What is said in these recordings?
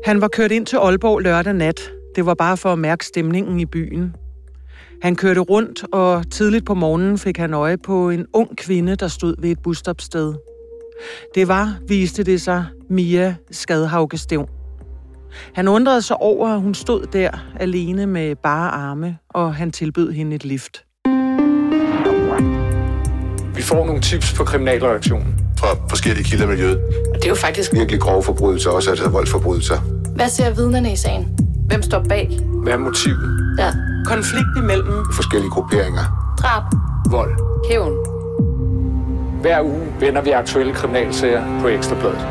Han var kørt ind til Aalborg lørdag nat. Det var bare for at mærke stemningen i byen. Han kørte rundt, og tidligt på morgenen fik han øje på en ung kvinde, der stod ved et busstopsted. Det var, viste det sig, Mia Skadhauge Stevn. Han undrede sig over, at hun stod der alene med bare arme, og han tilbød hende et lift. Vi får nogle tips på kriminalreaktionen fra forskellige kilder i miljøet. Og det er jo faktisk virkelig grove forbrydelser, også altså voldsforbrydelser. Hvad ser vidnerne i sagen? Hvem står bag? Hvad er motivet? Ja. Konflikt imellem forskellige grupperinger. Drab. Vold. Hævn. Hver uge vender vi aktuelle kriminalsager på Ekstra Bladet.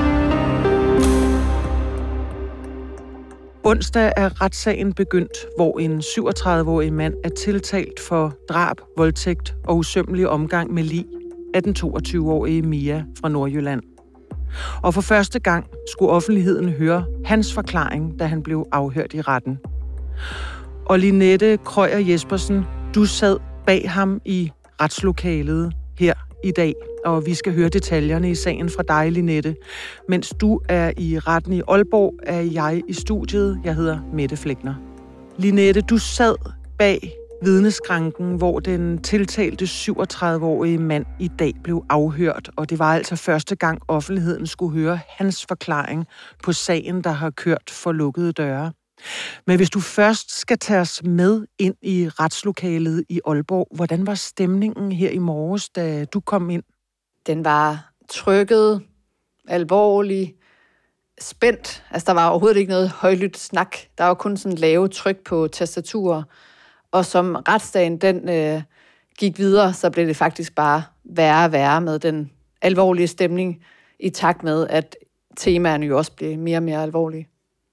Onsdag er retssagen begyndt, hvor en 37-årig mand er tiltalt for drab, voldtægt og usømmelig omgang med lig af den 22-årige Mia fra Nordjylland. Og for første gang skulle offentligheden høre hans forklaring, da han blev afhørt i retten. Og Linette Krøyer Jespersen, du sad bag ham i retslokalet her i dag, og vi skal høre detaljerne i sagen fra dig, Linette. Mens du er i retten i Aalborg, er jeg i studiet. Jeg hedder Mette Flækner. Linette, du sad bag vidneskranken, hvor den tiltalte 37-årige mand i dag blev afhørt, og det var altså første gang offentligheden skulle høre hans forklaring på sagen, der har kørt for lukkede døre. Men hvis du først skal tage os med ind i retslokalet i Aalborg, hvordan var stemningen her i morges, da du kom ind? Den var trykket, alvorlig, spændt. Altså, der var overhovedet ikke noget højlydt snak. Der var kun sådan lave tryk på tastaturer. Og som retsdagen den gik videre, så blev det faktisk bare værre og værre med den alvorlige stemning, i takt med, at temaerne jo også blev mere og mere alvorlige.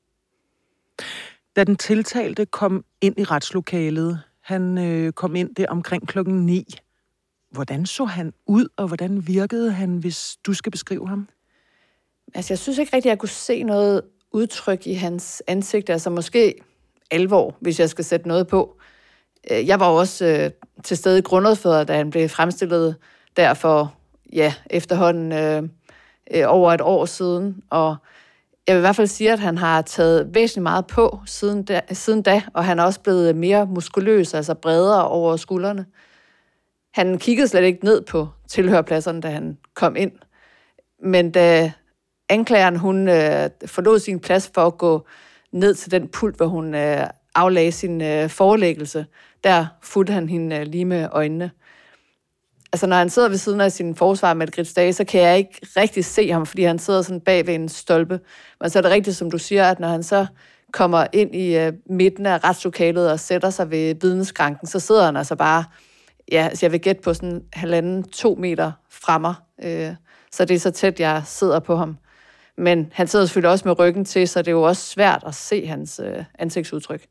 Da den tiltalte kom ind i retslokalet, han kom ind der omkring 9:00. Hvordan så han ud, og hvordan virkede han, hvis du skal beskrive ham? Altså, jeg synes ikke rigtigt, at jeg kunne se noget udtryk i hans ansigt. Altså måske alvor, hvis jeg skal sætte noget på. Jeg var også til stede i grundlovsforhøret, da han blev fremstillet der for efterhånden over et år siden. Og jeg vil i hvert fald sige, at han har taget væsentligt meget på siden da, og han er også blevet mere muskuløs, altså bredere over skuldrene. Han kiggede slet ikke ned på tilhørpladserne, da han kom ind. Men da anklageren hun forlod sin plads for at gå ned til den pult, hvor hun aflagde sin forelæggelse, der fulgte han hende lige med øjnene. Altså, når han sidder ved siden af sin forsvar, Mette Grits Dage, så kan jeg ikke rigtig se ham, fordi han sidder sådan bag ved en stolpe. Men så er det rigtigt, som du siger, at når han så kommer ind i midten af retslokalet og sætter sig ved vidneskranken, så sidder han altså bare, altså jeg vil gætte på sådan 1,5-2 meter fra mig. Så det er så tæt, jeg sidder på ham. Men han sidder selvfølgelig også med ryggen til, så det er jo også svært at se hans ansigtsudtryk.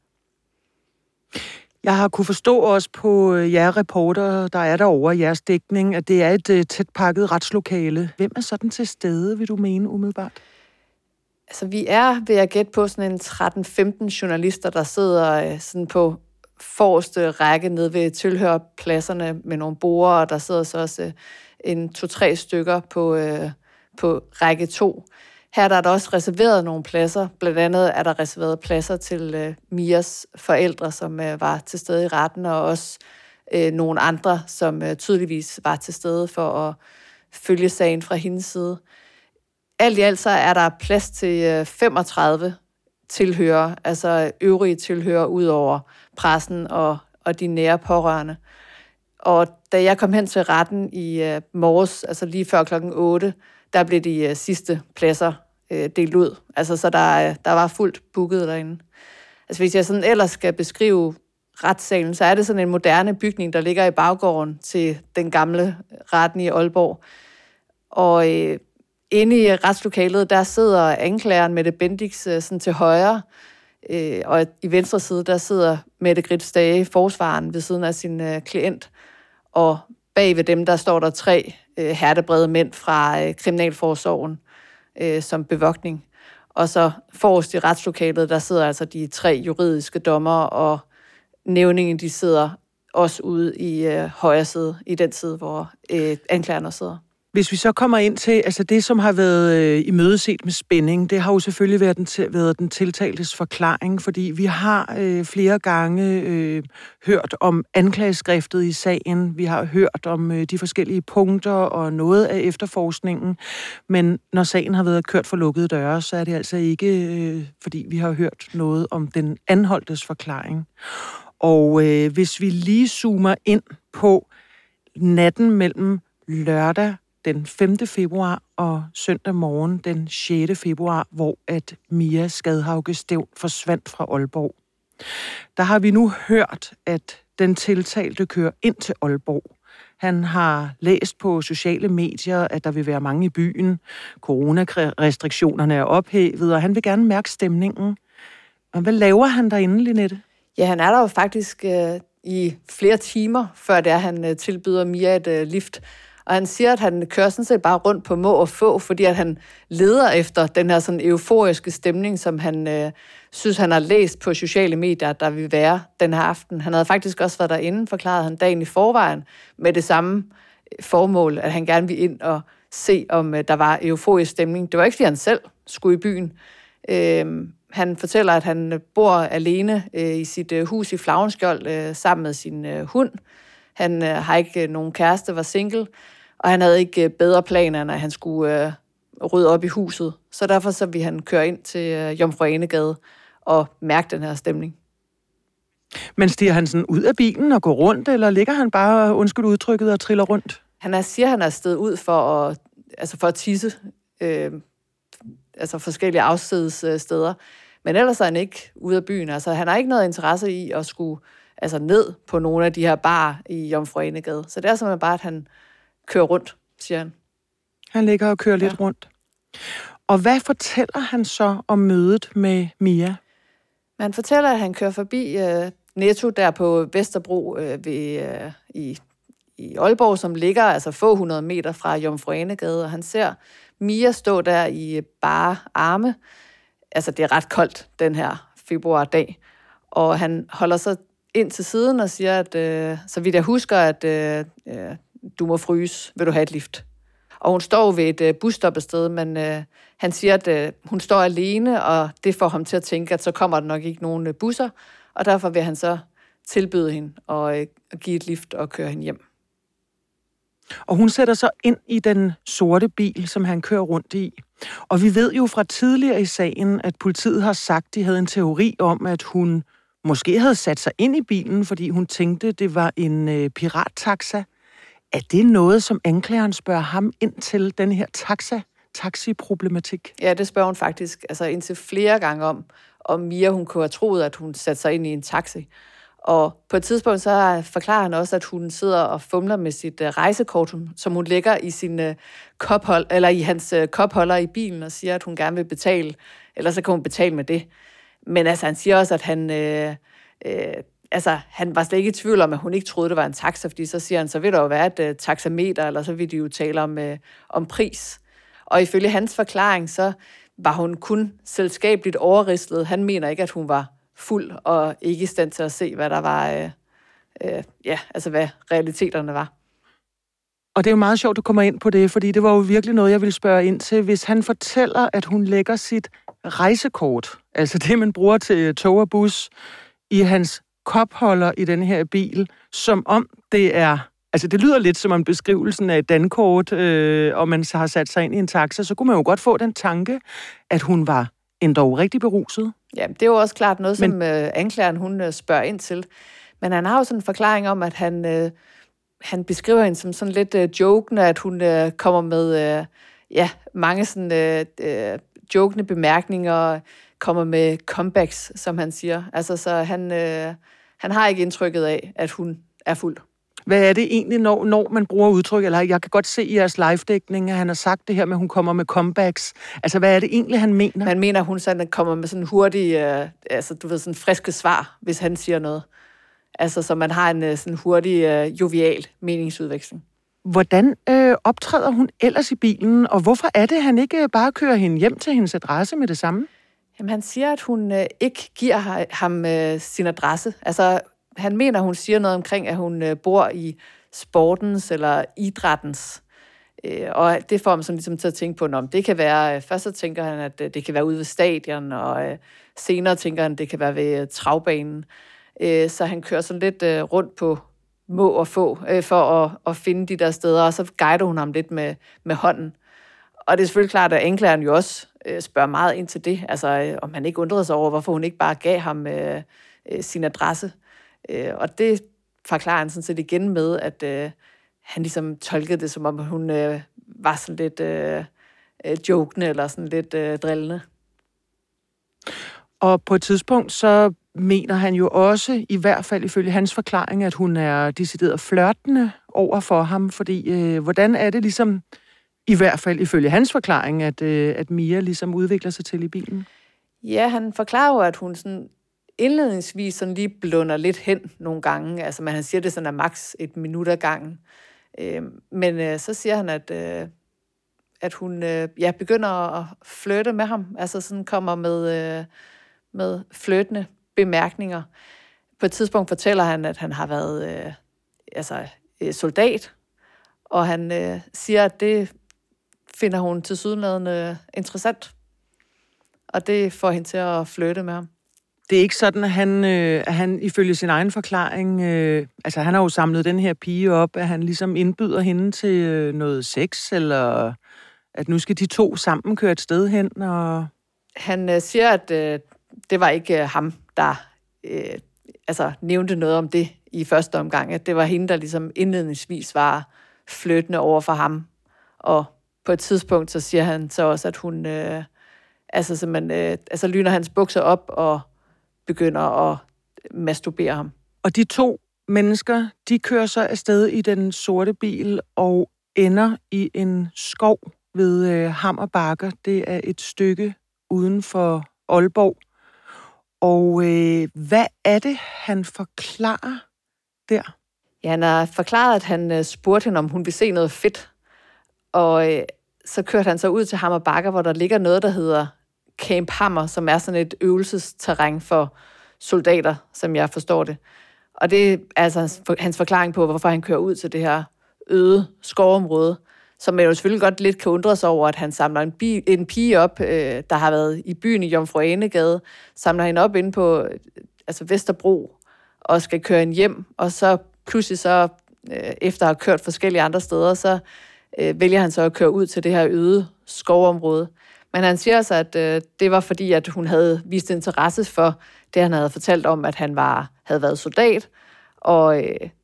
Jeg har kunne forstå også på jer reporter, der er derovre i jeres dækning, at det er et tæt pakket retslokale. Hvem er sådan til stede, vil du mene umiddelbart? Altså, vi er ved at gætte på sådan en 13-15 journalister, der sidder sådan på forreste række nede ved tilhørpladserne med nogle borde, og der sidder så også en 2-3 stykker på række 2. Her der er der også reserveret nogle pladser. Blandt andet er der reserveret pladser til Mias forældre, som var til stede i retten, og også nogle andre, som tydeligvis var til stede for at følge sagen fra hendes side. Alt i alt så er der plads til 35 tilhørere, altså øvrige tilhørere ud over pressen og de nære pårørende. Og da jeg kom hen til retten i morges, altså lige før 8:00, der blev de sidste pladser delt ud. Altså, så der var fuldt booket derinde. Altså, hvis jeg sådan ellers skal beskrive retssalen, så er det sådan en moderne bygning, der ligger i baggården til den gamle retten i Aalborg. Og inde i retslokalet, der sidder anklageren Mette Bendix sådan til højre, og i venstre side, der sidder Mette Grits Dage, forsvaren, ved siden af sin klient. Og bag ved dem, der står der 3 hærdebrede mænd fra Kriminalforsorgen som bevogtning. Og så forrest i retslokalet, der sidder altså de 3 juridiske dommere, og nævningen, de sidder også ude i højre side, i den side, hvor anklagerne sidder. Hvis vi så kommer ind til, altså det, som har været imødeset med spænding, det har jo selvfølgelig været den tiltaltes forklaring, fordi vi har flere gange hørt om anklageskriftet i sagen, vi har hørt om de forskellige punkter og noget af efterforskningen, men når sagen har været kørt for lukkede døre, så er det altså ikke, fordi vi har hørt noget om den anholdtes forklaring. Og hvis vi lige zoomer ind på natten mellem lørdag den 5. februar og søndag morgen den 6. februar, hvor at Mia Skadhauge Stevn forsvandt fra Aalborg. Der har vi nu hørt, at den tiltalte kører ind til Aalborg. Han har læst på sociale medier, at der vil være mange i byen. Coronarestriktionerne er ophævet, og han vil gerne mærke stemningen. Og hvad laver han derinde, Linette? Ja, han er der jo faktisk i flere timer, før det er, han tilbyder Mia et lift. Og han siger, at han kører sådan set bare rundt på må og få, fordi at han leder efter den her sådan euforiske stemning, som han synes, han har læst på sociale medier, der vil være den her aften. Han havde faktisk også været derinde, forklarede han dagen i forvejen, med det samme formål, at han gerne ville ind og se, om der var euforisk stemning. Det var ikke, fordi han selv skulle i byen. Han fortæller, at han bor alene i sit hus i Flagenskjold sammen med sin hund. Han har ikke nogen kæreste, var single, og han havde ikke bedre planer, end at han skulle rydde op i huset. Så derfor så vil han køre ind til Jomfru Ane Gade og mærke den her stemning. Men stiger han sådan ud af bilen og går rundt, eller ligger han bare, undskyld udtrykket, og triller rundt? Han siger, han er afsted ud for at tisse, forskellige afstedssteder. Men ellers er han ikke ude af byen. Altså, han har ikke noget interesse i at skulle ned på nogle af de her barer i Jomfru Ane Gade. Så det er simpelthen bare, at han kører rundt, siger han. Han ligger og kører lidt rundt. Og hvad fortæller han så om mødet med Mia? Man fortæller, at han kører forbi Netto der på Vesterbro i Aalborg, som ligger få 100 meter fra Jomfru Ane Gade, og han ser Mia stå der i bare arme. Altså, det er ret koldt den her februardag. Og han holder så ind til siden og siger, at så vidt jeg husker, at du må fryse, vil du have et lift. Og hun står ved et busstoppested, men han siger, at hun står alene, og det får ham til at tænke, at så kommer der nok ikke nogen busser, og derfor vil han så tilbyde hende og give et lift og køre hende hjem. Og hun sætter sig ind i den sorte bil, som han kører rundt i. Og vi ved jo fra tidligere i sagen, at politiet har sagt, at de havde en teori om, at hun måske havde sat sig ind i bilen, fordi hun tænkte, det var en pirattaxa. Er det noget, som anklageren spørger ham ind til, den her taxi-problematik? Ja, det spørger hun faktisk indtil flere gange om Mia, hun kunne have troet, at hun satte sig ind i en taxi. Og på et tidspunkt så forklarer han også, at hun sidder og fumler med sit rejsekort, som hun lægger i sin i hans kopholder i bilen, og siger, at hun gerne vil betale, eller så kan hun betale med det. Men han siger også, at han var slet ikke i tvivl om, at hun ikke troede, det var en taxa, fordi så siger han, så vil der jo være et taxameter, eller så vil de jo tale om pris. Og ifølge hans forklaring, så var hun kun selskabeligt overrislet. Han mener ikke, at hun var fuld og ikke i stand til at se, hvad der var, hvad realiteterne var. Og det er jo meget sjovt, at du kommer ind på det, fordi det var jo virkelig noget, jeg ville spørge ind til. Hvis han fortæller, at hun lægger sit rejsekort, altså det, man bruger til tog og bus, i hans kopholder i den her bil, som om det er... Altså, det lyder lidt som om beskrivelsen af et dankort, og man så har sat sig ind i en taxa, så kunne man jo godt få den tanke, at hun var endog rigtig beruset. Ja, det er jo også klart noget, som anklageren hun spørger ind til. Men han har jo sådan en forklaring om, at han beskriver hende som sådan lidt jokende, at hun kommer med mange sådan jokende bemærkninger, kommer med comebacks, som han siger. Altså, så han har ikke indtrykket af, at hun er fuld. Hvad er det egentlig, når man bruger udtryk? Eller jeg kan godt se i jeres live-dækning, at han har sagt det her med, at hun kommer med comebacks. Altså, hvad er det egentlig, han mener? Man mener, at hun sådan kommer med sådan hurtige, sådan friske svar, hvis han siger noget. Altså, så man har en sådan hurtig, jovial meningsudveksling. Hvordan optræder hun ellers i bilen, og hvorfor er det, han ikke bare kører hende hjem til hendes adresse med det samme? Jamen, han siger, at hun ikke giver ham sin adresse. Altså, han mener, hun siger noget omkring, at hun bor i sportens eller idrættens Og det får man sådan ligesom til at tænke på, om det kan være, først så tænker han, at det kan være ude ved stadion, og senere tænker han, at det kan være ved travbanen. Så han kører sådan lidt rundt på må og få, for at finde de der steder, og så guider hun ham lidt med hånden. Og det er selvfølgelig klart, at anklageren jo også spørger meget ind til det, altså om han ikke undrede sig over, hvorfor hun ikke bare gav ham sin adresse. Og det forklarer han sådan set igen med, at han ligesom tolkede det, som om hun var sådan lidt jokende, eller sådan lidt drillende. Og på et tidspunkt, så mener han jo også, i hvert fald ifølge hans forklaring, at hun er decideret flirtende over for ham, fordi hvordan er det ligesom, i hvert fald ifølge hans forklaring, at Mia ligesom udvikler sig til i bilen? Ja, han forklarer jo, at hun sådan indledningsvis sådan lige blunder lidt hen nogle gange, altså men han siger det sådan er maks 1 minut ad gangen. Men så siger han, at hun begynder at flirte med ham, altså sådan kommer med flirtende bemærkninger. På et tidspunkt fortæller han, at han har været soldat, og han siger, at det finder hun tilsyneladende interessant, og det får hende til at flirte med ham. Det er ikke sådan, at han ifølge sin egen forklaring, altså han har jo samlet den her pige op, at han ligesom indbyder hende til noget sex, eller at nu skal de to sammen køre et sted hen, og... Han siger, at det var ikke ham, der nævnte noget om det i første omgang, at det var hende, der ligesom indledningsvis var flirtende over for ham, og på et tidspunkt, så siger han så også, at hun lyner hans bukser op og begynder at masturbere ham. Og de to mennesker, de kører så afsted i den sorte bil og ender i en skov ved Hammer Bakker. Det er et stykke uden for Aalborg. Og hvad er det, han forklarer der? Ja, han har forklaret, at han spurgte hende, om hun ville se noget fedt. Og så kørte han så ud til Hammer Bakker, hvor der ligger noget, der hedder Camp Hammer, som er sådan et øvelsesterræn for soldater, som jeg forstår det. Og det er altså hans forklaring på, hvorfor han kører ud til det her øde skovområde, som man jo selvfølgelig godt lidt kan undre sig over, at han samler en pige op, der har været i byen i Jomfru Anegade, samler hende op inde på Vesterbro, og skal køre hende hjem, og så pludselig så, efter at have kørt forskellige andre steder, så vælger han så at køre ud til det her øde skovområde. Men han siger altså, at det var fordi, at hun havde vist interesse for det, han havde fortalt om, at han havde været soldat, og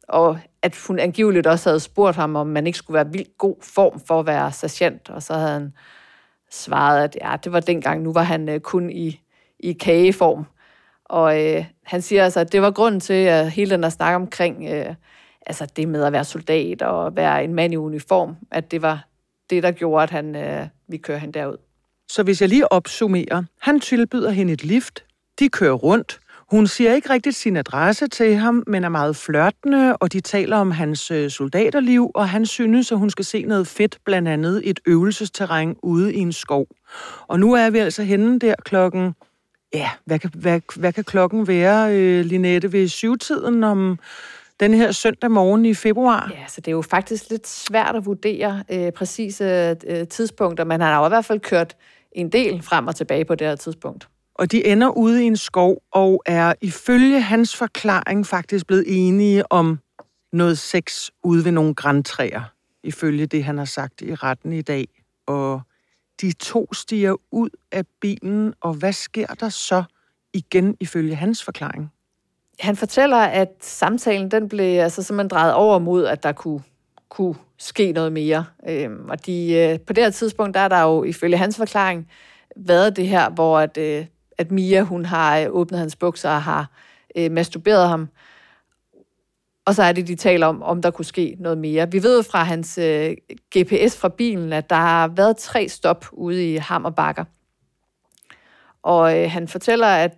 at hun angiveligt også havde spurgt ham, om man ikke skulle være vildt god form for at være sergeant, og så havde han svaret, at ja, det var dengang, nu var han kun i kageform. Og han siger altså, at det var grunden til, at hele den der snak omkring det med at være soldat og være en mand i uniform, at det var det, der gjorde, at han vi kører hende derud. Så hvis jeg lige opsummerer, han tilbyder hende et lift, de kører rundt, hun siger ikke rigtigt sin adresse til ham, men er meget flirtende, og de taler om hans soldaterliv, og han synes, at hun skal se noget fedt, blandt andet et øvelsesterræn ude i en skov. Og nu er vi altså henne der klokken, ja, hvad kan klokken være, Linette, ved 7-tiden om den her søndag morgen i februar? Ja, så det er jo faktisk lidt svært at vurdere præcise tidspunkter, men han har jo i hvert fald kørt en del frem og tilbage på det her tidspunkt. Og de ender ude i en skov og er ifølge hans forklaring faktisk blevet enige om noget sex ude ved nogle grantræer, ifølge det, han har sagt i retten i dag. Og de to stiger ud af bilen, og hvad sker der så igen ifølge hans forklaring? Han fortæller, at samtalen den blev simpelthen drejet over mod, at der kunne ske noget mere. Og på det her tidspunkt, der er der jo ifølge hans forklaring været det her, hvor at Mia, hun har åbnet hans bukser og har masturberet ham. Og så er det, de taler om der kunne ske noget mere. Vi ved fra hans GPS fra bilen, at der har været 3 stop ude i Hammer Bakker. Og han fortæller, at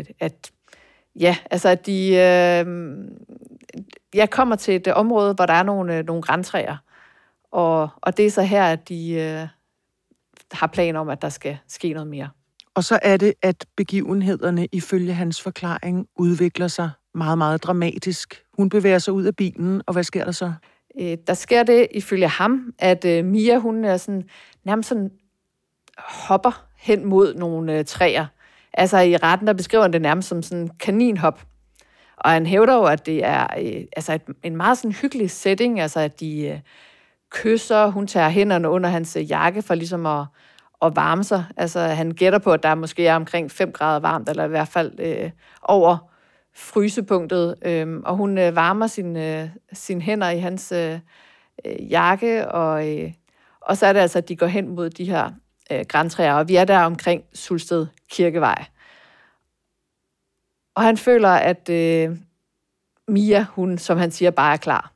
de kommer til et område, hvor der er nogle grantræer. Og det er så her, at de har planer om, at der skal ske noget mere. Og så er det, at begivenhederne ifølge hans forklaring udvikler sig meget, meget dramatisk. Hun bevæger sig ud af bilen, og hvad sker der så? Der sker det ifølge ham, at Mia, hun er sådan, nærmest sådan hopper hen mod nogle træer. Altså i retten, der beskriver han det nærmest som sådan en kaninhop. Og han hævder jo, at det er en meget sådan hyggelig setting, altså at de kysser, hun tager hænderne under hans jakke for ligesom at varme sig. Altså han gætter på, at der måske er omkring 5 grader varmt, eller i hvert fald over frysepunktet. Og hun varmer sine hænder i hans jakke, og så er det altså, at de går hen mod de her grantræer, og vi er der omkring Sulsted Kirkevej. Og han føler, at Mia, hun, som han siger, bare er klar.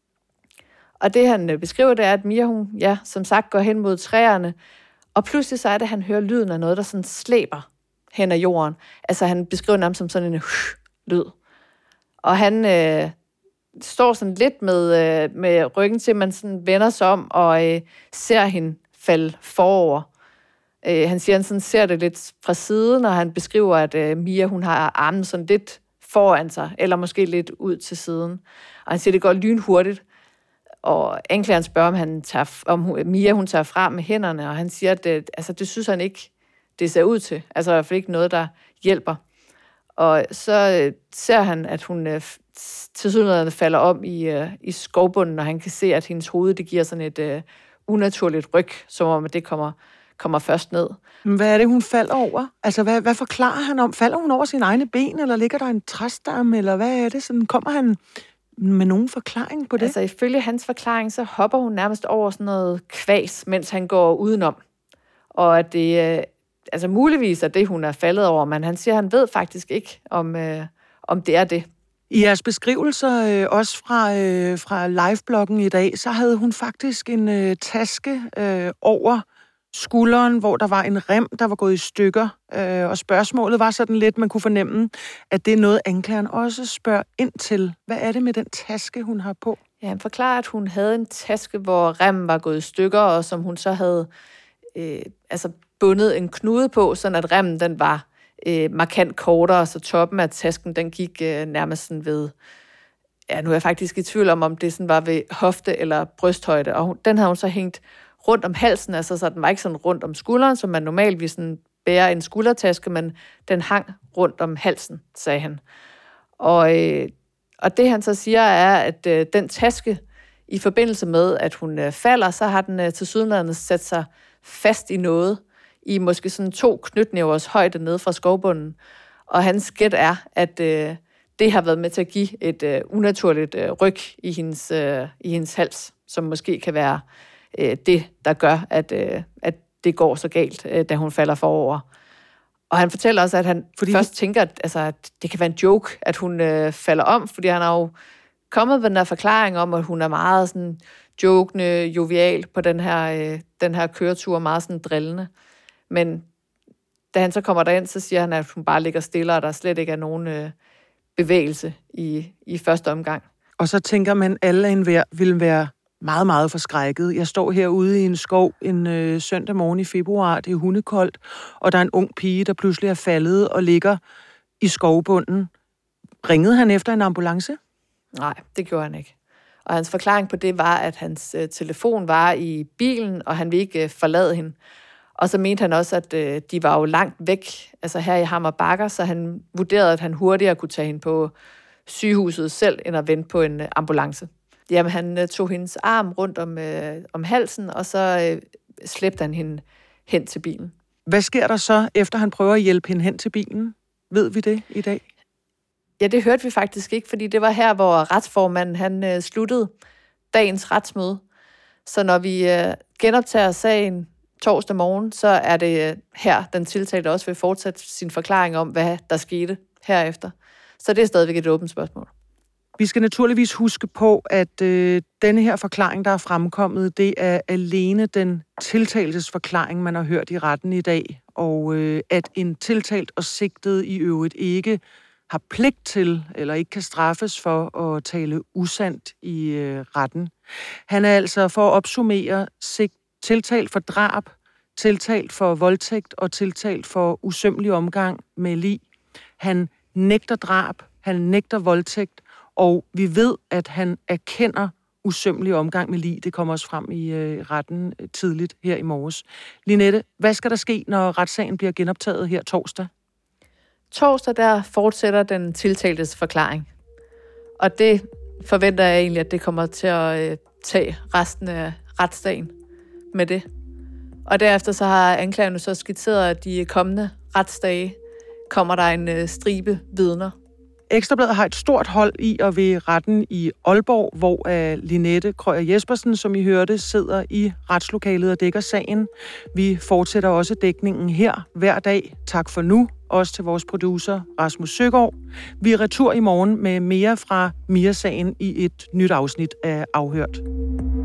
Og det, han beskriver, det er, at Mia, hun, ja, som sagt, går hen mod træerne, og pludselig så er det, at han hører lyden af noget, der sådan slæber hen ad jorden. Altså, han beskriver nærmest som sådan en lyd. Og han står sådan lidt med ryggen til, man sådan vender sig om og ser hende falde forover. Han siger, han sådan ser det lidt fra siden, og han beskriver, at Mia, hun har armen sådan lidt foran sig, eller måske lidt ud til siden. Og han siger, det går lynhurtigt. Og anklageren spørger, om Mia, hun tager fra med hænderne, og han siger, at det synes han ikke, det ser ud til. Altså i hvert fald ikke noget, der hjælper. Og så ser han, at hun tilsyneladende falder om i skovbunden, og han kan se, at hendes hoved, det giver sådan et unaturligt ryg, som om det kommer først ned. Hvad er det, hun falder over? Altså, hvad forklarer han om? Falder hun over sine egne ben, eller ligger der en træstamme, eller hvad er det? Sådan, kommer han med nogen forklaring på det? Altså, ifølge hans forklaring, så hopper hun nærmest over sådan noget kvas, mens han går udenom. Og at det muligvis er det, hun er faldet over, men han siger, at han ved faktisk ikke, om det er det. I jeres beskrivelser, også fra livebloggen i dag, så havde hun faktisk en taske over skulderen, hvor der var en rem, der var gået i stykker. Og spørgsmålet var sådan lidt, man kunne fornemme, at det er noget, anklageren også spørger ind til. Hvad er det med den taske, hun har på? Ja, han forklarer, at hun havde en taske, hvor remmen var gået i stykker, og som hun så havde bundet en knude på, sådan at remmen den var markant kortere, så toppen af tasken, den gik nærmest sådan ved, ja, nu er jeg faktisk i tvivl om det sådan var ved hofte eller brysthøjde, og den havde hun så hængt rundt om halsen, altså så den var ikke sådan rundt om skulderen, som man normalt vil sådan bære en skuldertaske, men den hang rundt om halsen, sagde han. Og det han så siger er, at den taske, i forbindelse med, at hun falder, så har den tilsyneladende sat sig fast i noget, i måske sådan 2 knytnævers højde nede fra skovbunden. Og hans gæt er, at det har været med til at give et unaturligt ryg i hendes hals, som måske kan være det, der gør, at det går så galt, da hun falder forover. Og han fortæller også, at han først tænker, at det kan være en joke, at hun falder om, fordi han har jo kommet med den der forklaring om, at hun er meget sådan jokende, jovial på den her køretur, meget sådan drillende. Men da han så kommer derind, så siger han, at hun bare ligger stille, og der slet ikke er nogen bevægelse i første omgang. Og så tænker man, at alle enhver vil være meget, meget forskrækket. Jeg står herude i en skov en søndag morgen i februar, det er hundekoldt, og der er en ung pige, der pludselig er faldet og ligger i skovbunden. Ringede han efter en ambulance? Nej, det gjorde han ikke. Og hans forklaring på det var, at hans telefon var i bilen, og han ville ikke forlade hende. Og så mente han også, at de var jo langt væk, altså her i Hammer Bakker, så han vurderede, at han hurtigere kunne tage hende på sygehuset selv, end at vente på en ambulance. Jamen, han tog hendes arm rundt om halsen, og så slæbte han hende hen til bilen. Hvad sker der så, efter han prøver at hjælpe hende hen til bilen? Ved vi det i dag? Ja, det hørte vi faktisk ikke, fordi det var her, hvor retsformanden han sluttede dagens retsmøde. Så når vi genoptager sagen torsdag morgen, så er det her, den tiltalte også vil fortsætte sin forklaring om, hvad der skete herefter. Så det er stadigvæk et åbent spørgsmål. Vi skal naturligvis huske på, at denne her forklaring, der er fremkommet, det er alene den tiltalelsesforklaring, man har hørt i retten i dag, og at en tiltalt og sigtet i øvrigt ikke har pligt til, eller ikke kan straffes for at tale usandt i retten. Han er altså, for at opsummere, tiltalt for drab, tiltalt for voldtægt og tiltalt for usømmelig omgang med lig. Han nægter drab, han nægter voldtægt, og vi ved, at han erkender usømmelig omgang med lig. Det kommer også frem i retten tidligt her i morges. Linette, hvad skal der ske, når retssagen bliver genoptaget her torsdag? Torsdag der fortsætter den tiltaltes forklaring. Og det forventer jeg egentlig, at det kommer til at tage resten af retsdagen med det. Og derefter så har anklagerne så skitseret, at de kommende retsdage kommer der en stribe vidner. Ekstra Bladet har et stort hold i og ved retten i Aalborg, hvor Linette Krøyer Jespersen, som I hørte, sidder i retslokalet og dækker sagen. Vi fortsætter også dækningen her hver dag. Tak for nu. Også til vores producer Rasmus Søgaard. Vi er retur i morgen med mere fra Mia-sagen i et nyt afsnit af Afhørt.